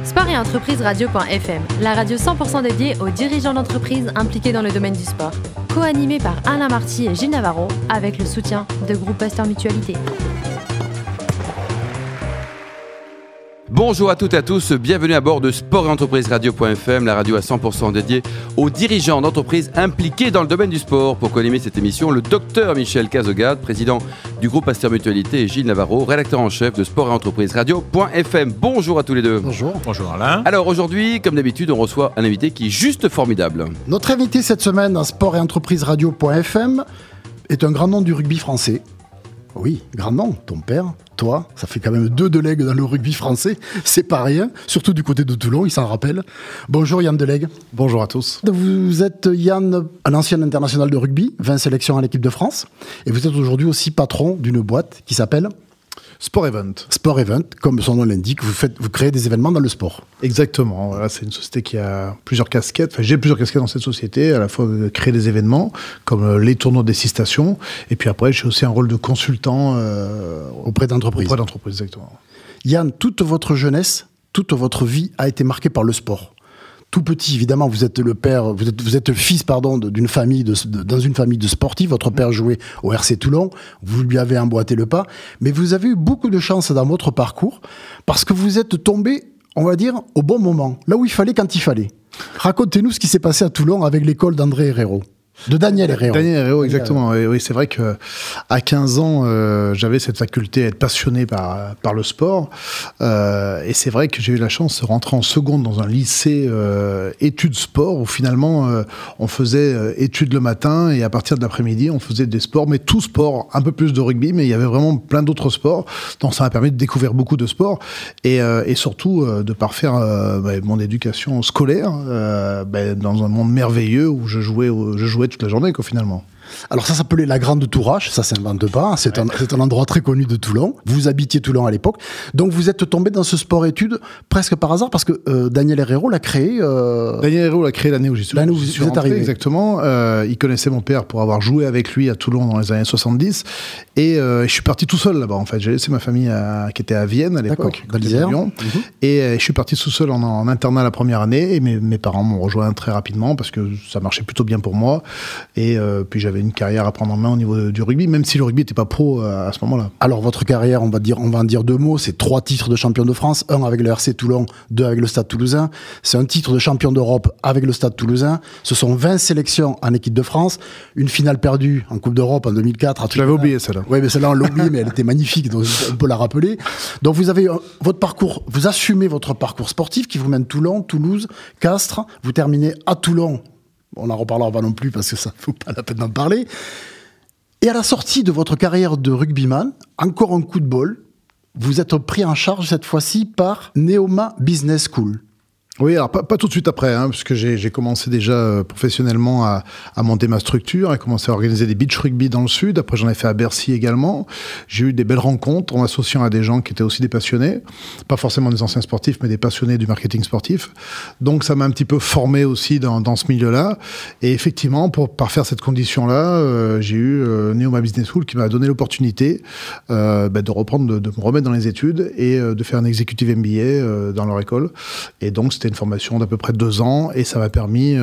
Sport et entreprise radio.fm, la radio 100% dédiée aux dirigeants d'entreprises impliqués dans le domaine du sport. Co-animée par Alain Marty et Gilles Navarro, avec le soutien de Groupe Pasteur Mutualité. Bonjour à toutes et à tous, bienvenue à bord de Sport et entreprise radio.fm, la radio à 100% dédiée aux dirigeants d'entreprises impliqués dans le domaine du sport. Pour co-animer cette émission, le docteur Michel Cazogade, président du groupe Pasteur Mutualité, et Gilles Navarro, rédacteur en chef de Sport et entreprise radio.fm. Bonjour à tous les deux. Bonjour. Bonjour Alain. Alors aujourd'hui, comme d'habitude, on reçoit un invité qui est juste formidable. Notre invité cette semaine à Sport et entreprise radio.fm est un grand nom du rugby français. Oui, grand nom, ton père, toi, ça fait quand même 2 Delègue dans le rugby français, c'est pas rien, surtout du côté de Toulon, il s'en rappelle. Bonjour Yann Delègue. Bonjour à tous. Vous êtes Yann, un ancien international de rugby, 20 sélections à l'équipe de France, et vous êtes aujourd'hui aussi patron d'une boîte qui s'appelle Sport Event. Sport Event, comme son nom l'indique, vous créez des événements dans le sport. Exactement, voilà, c'est une société qui a plusieurs casquettes, j'ai plusieurs casquettes dans cette société, à la fois de créer des événements, comme les tournois des 6 stations, et puis après j'ai aussi un rôle de consultant auprès d'entreprises. Auprès d'entreprises, exactement. Yann, toute votre jeunesse, toute votre vie a été marquée par le sport. Tout petit, évidemment, vous êtes le père, vous êtes le fils, d'une famille dans une famille de sportifs. Votre père jouait au RC Toulon. Vous lui avez emboîté le pas. Mais vous avez eu beaucoup de chance dans votre parcours parce que vous êtes tombé, on va dire, au bon moment. Là où il fallait, quand il fallait. Racontez-nous ce qui s'est passé à Toulon avec l'école d'André Herrero. De Daniel Herrero. Daniel Herrero, exactement. Oui, c'est vrai que à 15 ans, j'avais cette faculté à être passionné par le sport. Et c'est vrai que j'ai eu la chance de rentrer en seconde dans un lycée études sport où finalement on faisait études le matin et à partir de l'après-midi on faisait des sports, mais tout sport, un peu plus de rugby, mais il y avait vraiment plein d'autres sports. Donc ça m'a permis de découvrir beaucoup de sports et surtout de parfaire mon éducation scolaire dans un monde merveilleux où je jouais toute la journée, finalement. Alors ça s'appelait la Grande Tourache, ça s'invente pas, c'est un endroit très connu de Toulon. Vous habitiez Toulon à l'époque, donc vous êtes tombé dans ce sport-études presque par hasard parce que Daniel Herrero l'a créé. Daniel Herrero l'a créé l'année où j'y suis. L'année où vous êtes arrivé. Exactement. Il connaissait mon père pour avoir joué avec lui à Toulon dans les années 70 et je suis parti tout seul là-bas en fait. J'ai laissé ma famille qui était à Vienne à l'époque, dans l'Isère. Et je suis parti tout seul en internat la première année et mes parents m'ont rejoint très rapidement parce que ça marchait plutôt bien pour moi et puis j'avais une carrière à prendre en main au niveau du rugby, même si le rugby n'était pas pro à ce moment-là. Alors votre carrière, on va en dire 2 mots, c'est 3 titres de champion de France, 1 avec le RC Toulon, 2 avec le Stade Toulousain, c'est un titre de champion d'Europe avec le Stade Toulousain, ce sont 20 sélections en équipe de France, une finale perdue en Coupe d'Europe en 2004. Je l'avais oublié celle-là. Oui, mais celle-là on l'a oublié, mais elle était magnifique, donc on peut la rappeler. Donc vous avez votre parcours, vous assumez votre parcours sportif qui vous mène Toulon, Toulouse, Castres, vous terminez à Toulon. On n'en reparlera pas non plus parce que ça ne vaut pas la peine d'en parler. Et à la sortie de votre carrière de rugbyman, encore un coup de bol, vous êtes pris en charge cette fois-ci par Neoma Business School. Oui, alors pas tout de suite après, puisque j'ai commencé déjà professionnellement à monter ma structure, à commencer à organiser des beach rugby dans le sud. Après, j'en ai fait à Bercy également. J'ai eu des belles rencontres en associant à des gens qui étaient aussi des passionnés, pas forcément des anciens sportifs, mais des passionnés du marketing sportif. Donc, ça m'a un petit peu formé aussi dans ce milieu-là. Et effectivement, pour parfaire cette condition-là, j'ai eu Neoma Business School qui m'a donné l'opportunité de reprendre, de me remettre dans les études et de faire un executive MBA dans leur école. Et donc, c'était une formation d'à peu près 2 ans et ça m'a permis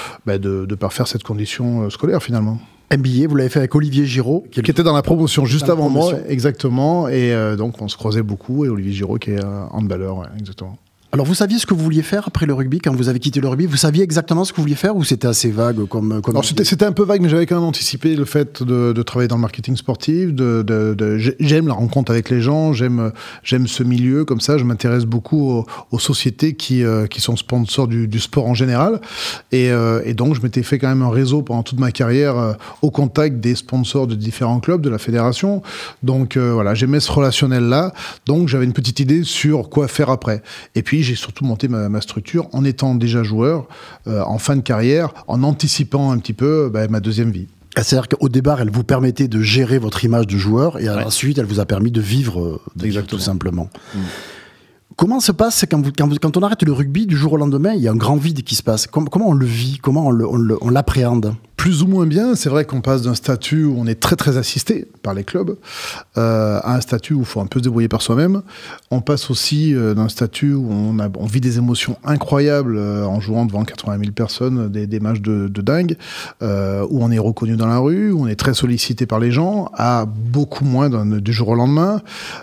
de parfaire cette condition scolaire finalement. MBA, vous l'avez fait avec Olivier Giraud. Qui était dans la promotion juste avant moi, exactement. Et donc on se croisait beaucoup et Olivier Giraud qui est handballeur, exactement. Alors vous saviez ce que vous vouliez faire après le rugby, quand vous avez quitté le rugby, vous saviez exactement ce que vous vouliez faire ou c'était assez vague comme Alors c'était un peu vague, mais j'avais quand même anticipé le fait de travailler dans le marketing sportif. J'aime la rencontre avec les gens, j'aime ce milieu comme ça. Je m'intéresse beaucoup aux sociétés qui sont sponsors du sport en général. Et donc je m'étais fait quand même un réseau pendant toute ma carrière au contact des sponsors de différents clubs de la fédération. Donc voilà, j'aimais ce relationnel-là. Donc j'avais une petite idée sur quoi faire après. Et puis j'ai surtout monté ma structure en étant déjà joueur, en fin de carrière, en anticipant un petit peu ma deuxième vie. C'est-à-dire qu'au départ, elle vous permettait de gérer votre image de joueur et ensuite, elle vous a permis de vivre tout simplement. Comment se passe quand on arrête le rugby du jour au lendemain, il y a un grand vide qui se passe. Comment on le vit? Comment on l'appréhende? plus ou moins bien. C'est vrai qu'on passe d'un statut où on est très très assisté par les clubs à un statut où il faut un peu se débrouiller par soi-même. On passe aussi d'un statut où on vit des émotions incroyables en jouant devant 80 000 personnes, des matchs de dingue, où on est reconnu dans la rue, où on est très sollicité par les gens, à beaucoup moins du jour au lendemain.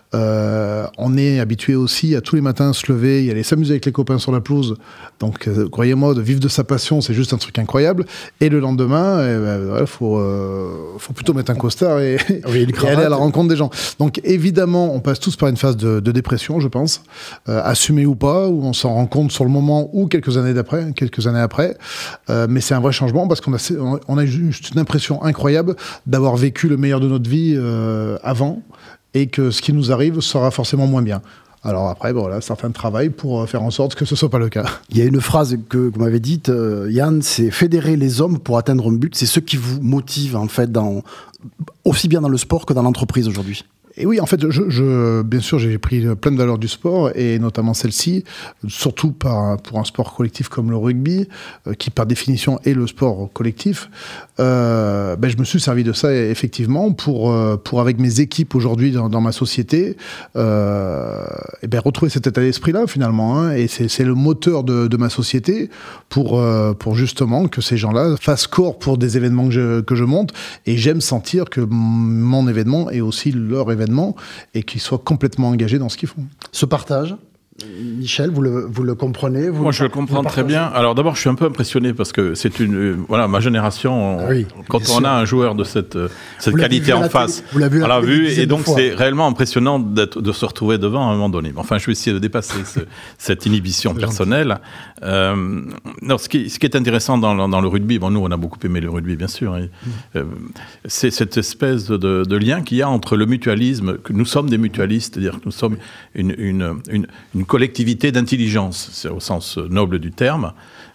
On est habitué aussi à tous les matins se lever et aller s'amuser avec les copains sur la pelouse. Donc, croyez-moi, de vivre de sa passion, c'est juste un truc incroyable. Et le lendemain, faut plutôt mettre un costard et aller à la rencontre des gens. Donc, évidemment, on passe tous par une phase de dépression, je pense, assumée ou pas, où on s'en rend compte sur le moment ou quelques années après. Mais c'est un vrai changement parce qu'on a juste une impression incroyable d'avoir vécu le meilleur de notre vie avant et que ce qui nous arrive sera forcément moins bien. Alors après, certains travaillent pour faire en sorte que ce ne soit pas le cas. Il y a une phrase que vous m'avez dite, Yann, c'est « fédérer les hommes pour atteindre un but ». C'est ce qui vous motive, en fait, aussi bien dans le sport que dans l'entreprise aujourd'hui. Et oui, en fait, bien sûr, j'ai pris plein de valeurs du sport, et notamment celle-ci, surtout pour un sport collectif comme le rugby, qui par définition est le sport collectif. Je me suis servi de ça, effectivement, pour avec mes équipes aujourd'hui dans ma société, retrouver cet état d'esprit-là, finalement. Et c'est le moteur de ma société pour justement que ces gens-là fassent corps pour des événements que je monte. Et j'aime sentir que mon événement est aussi leur événement et qu'ils soient complètement engagés dans ce qu'ils font. Ce partage, Michel, vous le comprenez Moi, je le comprends très bien. Alors d'abord, je suis un peu impressionné parce que c'est ma génération, quand on a un joueur de cette qualité en face, on l'a vu, et donc c'est réellement impressionnant de se retrouver devant à un moment donné. Enfin, je vais essayer de dépasser cette inhibition personnelle. Ce qui est intéressant dans le rugby, nous on a beaucoup aimé le rugby, bien sûr, c'est cette espèce de lien qu'il y a entre le mutualisme, que nous sommes des mutualistes, c'est-à-dire que nous sommes une collectivité d'intelligence, c'est au sens noble du terme.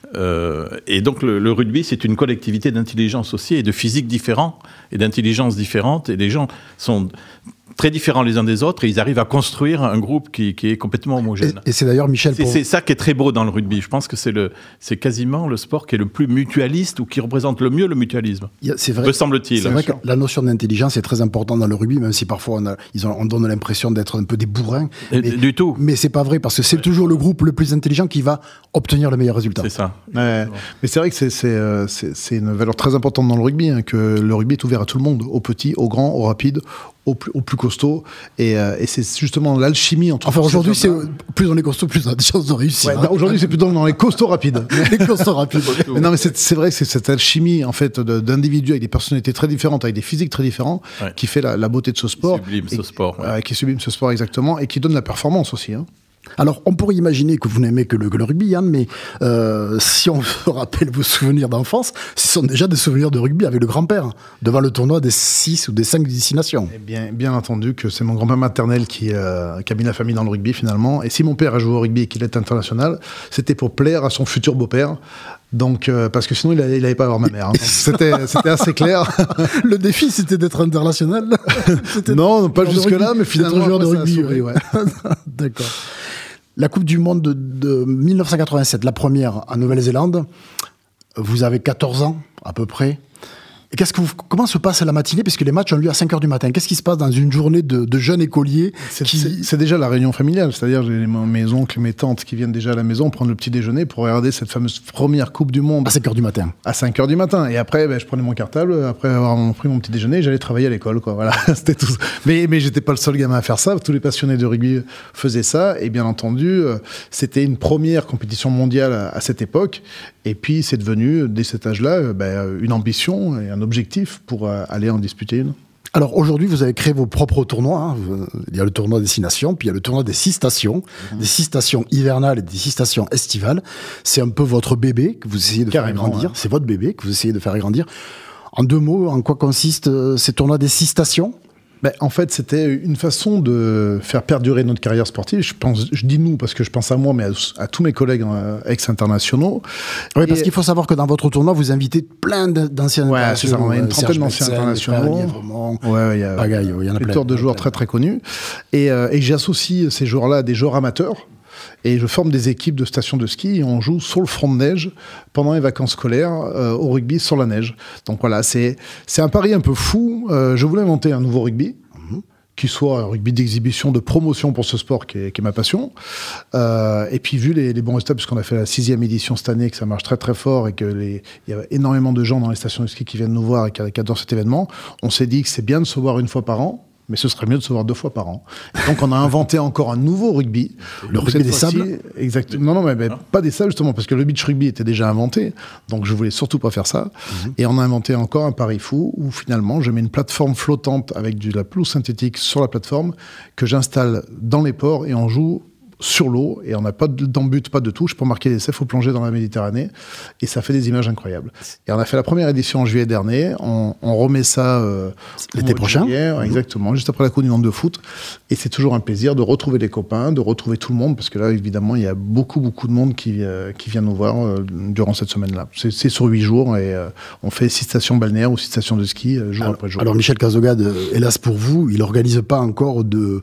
Et donc le rugby, c'est une collectivité d'intelligence aussi, et de physique différent, et d'intelligence différente, et les gens sont très différents les uns des autres, et ils arrivent à construire un groupe qui est complètement homogène. Et c'est d'ailleurs, Michel... C'est ça qui est très beau dans le rugby. Je pense que c'est quasiment le sport qui est le plus mutualiste, ou qui représente le mieux le mutualisme, c'est vrai, me semble-t-il. C'est vrai que la notion d'intelligence est très importante dans le rugby, même si parfois on donne l'impression d'être un peu des bourrins. Du tout. Mais c'est pas vrai, parce que c'est toujours le groupe le plus intelligent qui va obtenir le meilleur résultat. C'est ça. Mais c'est vrai que c'est une valeur très importante dans le rugby, que le rugby est ouvert à tout le monde, aux petits, aux grands, aux rapides, au plus costaud, et c'est justement l'alchimie entre... Enfin, aujourd'hui, plus on est costaud, plus on a des chances de réussir. Aujourd'hui, c'est plutôt dans les costauds rapides. Les costauds rapides. Mais c'est vrai que c'est cette alchimie, en fait, d'individus avec des personnalités très différentes, avec des physiques très différents, qui fait la beauté de ce sport. Qui sublime ce sport, exactement, et qui donne la performance aussi. Alors, on pourrait imaginer que vous n'aimez que le rugby, Yann, mais si on se rappelle vos souvenirs d'enfance, ce sont déjà des souvenirs de rugby avec le grand-père, devant le tournoi des 6 ou des 5 destinations. Bien entendu que c'est mon grand-père maternel qui a mis la famille dans le rugby, finalement. Et si mon père a joué au rugby et qu'il est international, c'était pour plaire à son futur beau-père. Donc, parce que sinon, il n'allait pas avoir ma mère. C'était assez clair. Le défi, c'était d'être international. Non, pas jusque-là, mais finalement, joueur de rugby. D'accord. La Coupe du Monde de 1987, la première en Nouvelle-Zélande, vous avez 14 ans à peu près. Et comment se passe la matinée, puisque les matchs ont lieu à 5h du matin? Qu'est-ce qui se passe dans une journée de jeunes écoliers C'est déjà la réunion familiale, c'est-à-dire j'ai mes oncles, mes tantes qui viennent déjà à la maison prendre le petit déjeuner pour regarder cette fameuse première Coupe du Monde. À 5h du matin. À 5h du matin. Et après, je prenais mon cartable, après avoir pris mon petit déjeuner, j'allais travailler à l'école, quoi. Voilà, c'était tout. Mais j'étais pas le seul gamin à faire ça, tous les passionnés de rugby faisaient ça, et bien entendu, c'était une première compétition mondiale à cette époque, et puis c'est devenu, dès cet âge-là, une ambition et un objectif pour aller en disputer une. Alors aujourd'hui, vous avez créé vos propres tournois. Il y a le tournoi des 6 nations, puis il y a le tournoi des 6 stations, des 6 stations hivernales et des 6 stations estivales. C'est un peu votre bébé que vous essayez de faire grandir. C'est votre bébé que vous essayez de faire grandir. En 2 mots, en quoi consistent ces tournois des 6 stations ? En fait, c'était une façon de faire perdurer notre carrière sportive. Je dis nous parce que je pense à moi, mais à tous mes collègues ex-internationaux. Oui, parce qu'il faut savoir que dans votre tournoi, vous invitez plein d'anciens internationaux. C'est ça, on a une trentaine d'anciens internationaux. Il y en a plein. De joueurs très très connus. Et j'associe ces joueurs-là à des joueurs amateurs. Et je forme des équipes de stations de ski et on joue sur le front de neige pendant les vacances scolaires au rugby sur la neige. Donc voilà, c'est un pari un peu fou. Je voulais inventer un nouveau rugby. Qui soit un rugby d'exhibition, de promotion pour ce sport qui est ma passion. Et puis vu les bons résultats, puisqu'on a fait la 6e édition cette année, que ça marche très très fort et qu'il y a énormément de gens dans les stations de ski qui viennent nous voir et qui adorent cet événement, on s'est dit que c'est bien de se voir une fois par an, mais ce serait mieux de se voir 2 fois par an. Et donc on a inventé encore un nouveau rugby. Le rugby des sables ? Exactement. Non, mais pas des sables justement, parce que le beach rugby était déjà inventé, donc je voulais surtout pas faire ça. Et on a inventé encore un pari fou, où finalement je mets une plateforme flottante avec de la pelouse synthétique sur la plateforme, que j'installe dans les ports et on joue sur l'eau, et on n'a pas d'embut, pas de touche pour marquer l'essai, il faut plonger dans la Méditerranée, et ça fait des images incroyables. Et on a fait la première édition en juillet dernier, on remet ça l'été prochain, exactement, juste après la Coupe du Monde de foot, et c'est toujours un plaisir de retrouver les copains, de retrouver tout le monde, parce que là, évidemment, il y a beaucoup de monde qui vient nous voir durant cette semaine-là. C'est sur 8 jours, et on fait 6 stations balnéaires ou 6 stations de ski, jour après jour. Alors Michel Cazogade, hélas pour vous, il n'organise pas encore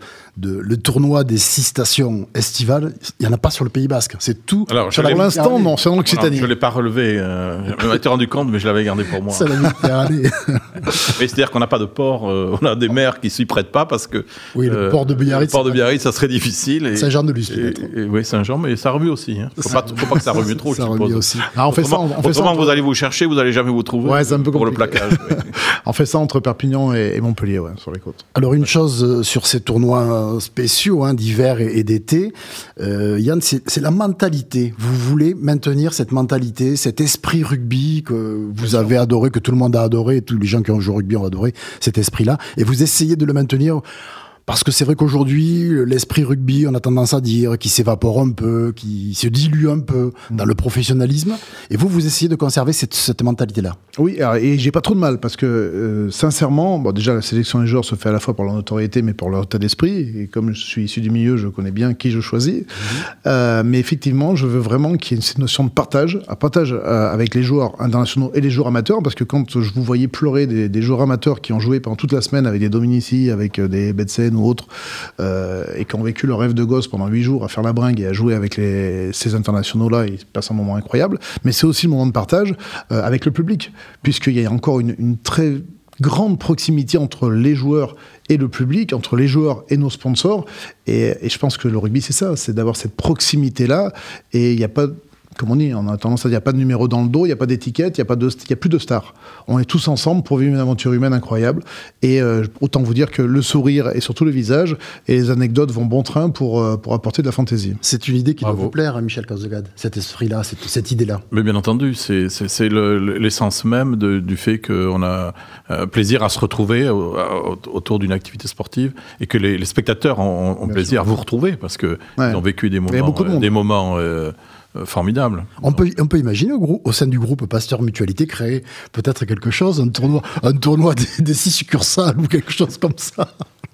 le tournoi des 6 stations estivales. Il n'y en a pas sur le Pays Basque. C'est tout. Alors, pour l'instant, non, c'est en Occitanie. Je ne l'ai pas relevé. Je m'étais rendu compte, mais je l'avais gardé pour moi. C'est la Méditerranée. C'est-à-dire qu'on n'a pas de port. On a des mers qui ne s'y prêtent pas parce que. Oui, le port de Biarritz. Le port de Biarritz, ça serait difficile. Et, Saint-Jean-de-Luz, peut-être. Oui, Saint-Jean, mais ça remue aussi. Il ne faut pas que ça remue trop, je suppose. Aussi. Alors, on fait ça. Vous allez vous chercher, vous n'allez jamais vous trouver. Ouais, c'est un peu pour compliqué. Le plaquage. On fait ça entre Perpignan et Montpellier, sur les côtes. Alors, une chose sur ces tournois spéciaux, d'hiver et d'été, Yann, c'est la mentalité. Vous voulez maintenir cette mentalité, cet esprit rugby que vous avez adoré, que tout le monde a adoré, tous les gens qui ont joué au rugby ont adoré cet esprit-là, et vous essayez de le maintenir. Parce que c'est vrai qu'aujourd'hui, l'esprit rugby, on a tendance à dire qu'il s'évapore un peu, qu'il se dilue un peu dans le professionnalisme. Et vous essayez de conserver cette mentalité-là. Oui, et j'ai pas trop de mal, parce que sincèrement, déjà la sélection des joueurs se fait à la fois par leur notoriété, mais par leur état d'esprit. Et comme je suis issu du milieu, je connais bien qui je choisis. Mais effectivement, je veux vraiment qu'il y ait cette notion de partage, avec les joueurs internationaux et les joueurs amateurs, parce que quand je vous voyais pleurer des joueurs amateurs qui ont joué pendant toute la semaine avec des Dominici, avec des Betsen ou autres, et qui ont vécu leur rêve de gosse pendant 8 jours à faire la bringue et à jouer avec ces internationaux-là, ils passent un moment incroyable. Mais c'est aussi le moment de partage avec le public, puisqu'il y a encore une très grande proximité entre les joueurs et le public, entre les joueurs et nos sponsors. Et je pense que le rugby, c'est ça, c'est d'avoir cette proximité-là, et il n'y a pas... Comme on dit, on a tendance à dire, il n'y a pas de numéro dans le dos, il n'y a pas d'étiquette, il n'y a plus de stars. On est tous ensemble pour vivre une aventure humaine incroyable. Et autant vous dire que le sourire et surtout le visage et les anecdotes vont bon train pour apporter de la fantaisie. C'est une idée qui doit vous plaire, Michel Cazogade, cet esprit-là, cette idée-là. Mais bien entendu, c'est l'essence même du fait qu'on a plaisir à se retrouver autour d'une activité sportive, et que les spectateurs ont plaisir à vous retrouver, parce qu'ils ont vécu des moments formidable. On peut imaginer au sein du groupe Pasteur Mutualité créer peut-être quelque chose, un tournoi des 6 succursales ou quelque chose comme ça.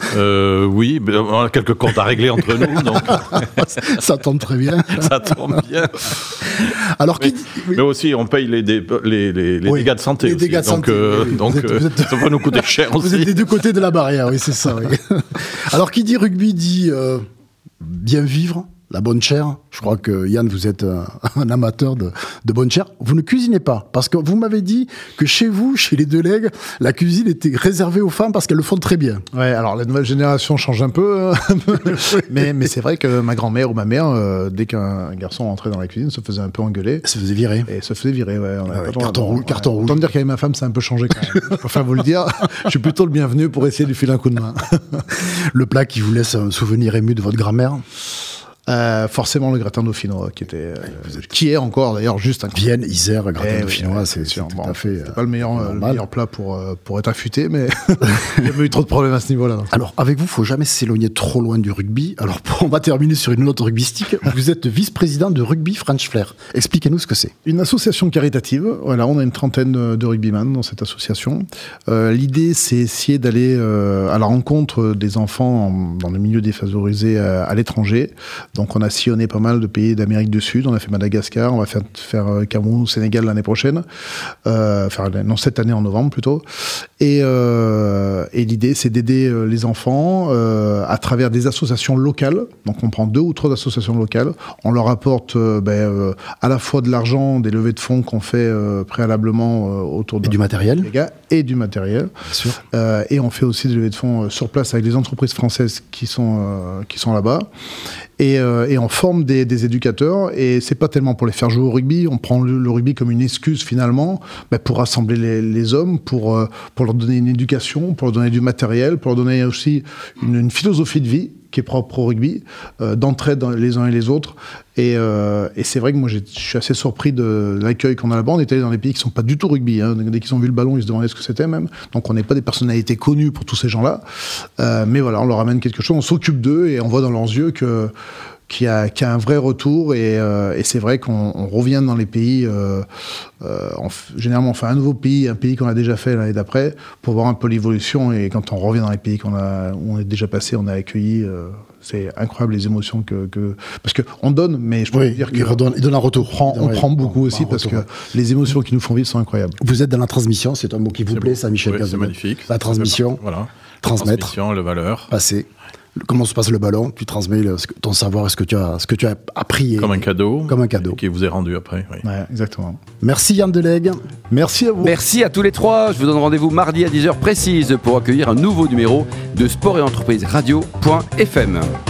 Oui, mais on a quelques comptes à régler entre nous, donc ça tombe très bien. Ça tombe bien. Alors, mais aussi, on paye les dégâts de santé. Les dégâts de santé. Donc, ça va nous coûter cher aussi. Vous êtes des deux côtés de la barrière, oui, c'est ça. Oui. Alors, qui dit rugby dit bien vivre. La bonne chair, je crois que Yann, vous êtes un amateur de bonne chair. Vous ne cuisinez pas, parce que vous m'avez dit que chez vous, chez les deux legs, la cuisine était réservée aux femmes parce qu'elles le font très bien. Ouais, alors la nouvelle génération change un peu, mais c'est vrai que ma grand-mère ou ma mère, dès qu'un garçon rentrait dans la cuisine, se faisait un peu engueuler. Se faisait virer. Et se faisait virer, ouais. Carton rouge. Autant dire qu'avec ma femme, ça a un peu changé quand même. Je préfère vous le dire. Je suis plutôt le bienvenu pour essayer de lui filer un coup de main. Le plat qui vous laisse un souvenir ému de votre grand-mère? Forcément le gratin dauphinois qui est encore d'ailleurs juste un Vienne, Isère, gratin dauphinois, c'est tout à fait. C'est pas le meilleur plat pour être affûté, mais il n'y a pas eu trop de problèmes à ce niveau-là. Alors avec vous, faut jamais s'éloigner trop loin du rugby. Alors on va terminer sur une note rugbystique. Vous êtes vice-président de Rugby French Flair. Expliquez-nous ce que c'est. Une association caritative. Voilà, on a une trentaine de rugbyman dans cette association. L'idée, c'est essayer d'aller à la rencontre des enfants dans les milieux défavorisés à l'étranger. Donc on a sillonné pas mal de pays d'Amérique du Sud. On a fait Madagascar, on va faire Cameroun, Sénégal l'année prochaine. Cette année en novembre plutôt. Et l'idée, c'est d'aider les enfants à travers des associations locales. Donc on prend 2 ou 3 associations locales. On leur apporte à la fois de l'argent, des levées de fonds qu'on fait préalablement autour de... Et du matériel. Les gars, et du matériel. Bien sûr. Et on fait aussi des levées de fonds sur place avec des entreprises françaises qui sont là-bas. Et on forme des éducateurs, et c'est pas tellement pour les faire jouer au rugby, on prend le rugby comme une excuse finalement pour rassembler les hommes, pour leur donner une éducation, pour leur donner du matériel, pour leur donner aussi une philosophie de vie qui est propre au rugby, d'entraide les uns et les autres. Et c'est vrai que moi je suis assez surpris de l'accueil qu'on a là-bas. On est allé dans des pays qui sont pas du tout rugby, hein. Dès qu'ils ont vu le ballon, ils se demandaient ce que c'était même. Donc on n'est pas des personnalités connues pour tous ces gens-là. Mais voilà, on leur amène quelque chose, on s'occupe d'eux et on voit dans leurs yeux qu'il y a un vrai retour, et c'est vrai qu'on revient dans les pays, généralement on fait un nouveau pays, un pays qu'on a déjà fait l'année d'après, pour voir un peu l'évolution, et quand on revient dans les pays où on est déjà passé, on a accueilli, c'est incroyable les émotions parce qu'on donne, mais je peux dire qu'il donne un retour. On prend beaucoup aussi, parce que les émotions qui nous font vivre sont incroyables. Vous êtes dans la transmission, c'est un mot qui vous plaît, ça, Michel Cazogade? C'est magnifique. La transmission, voilà. Transmettre, transmission, le valeur. Passer. Comment se passe le ballon? Tu transmets ton savoir et ce que tu as appris. Comme un cadeau. Comme un cadeau. Qui vous est rendu après. Oui. Ouais, exactement. Merci Yann Delegue. Merci à vous. Merci à tous les 3. Je vous donne rendez-vous mardi à 10h précise pour accueillir un nouveau numéro de Sport et Entreprise Radio.fm.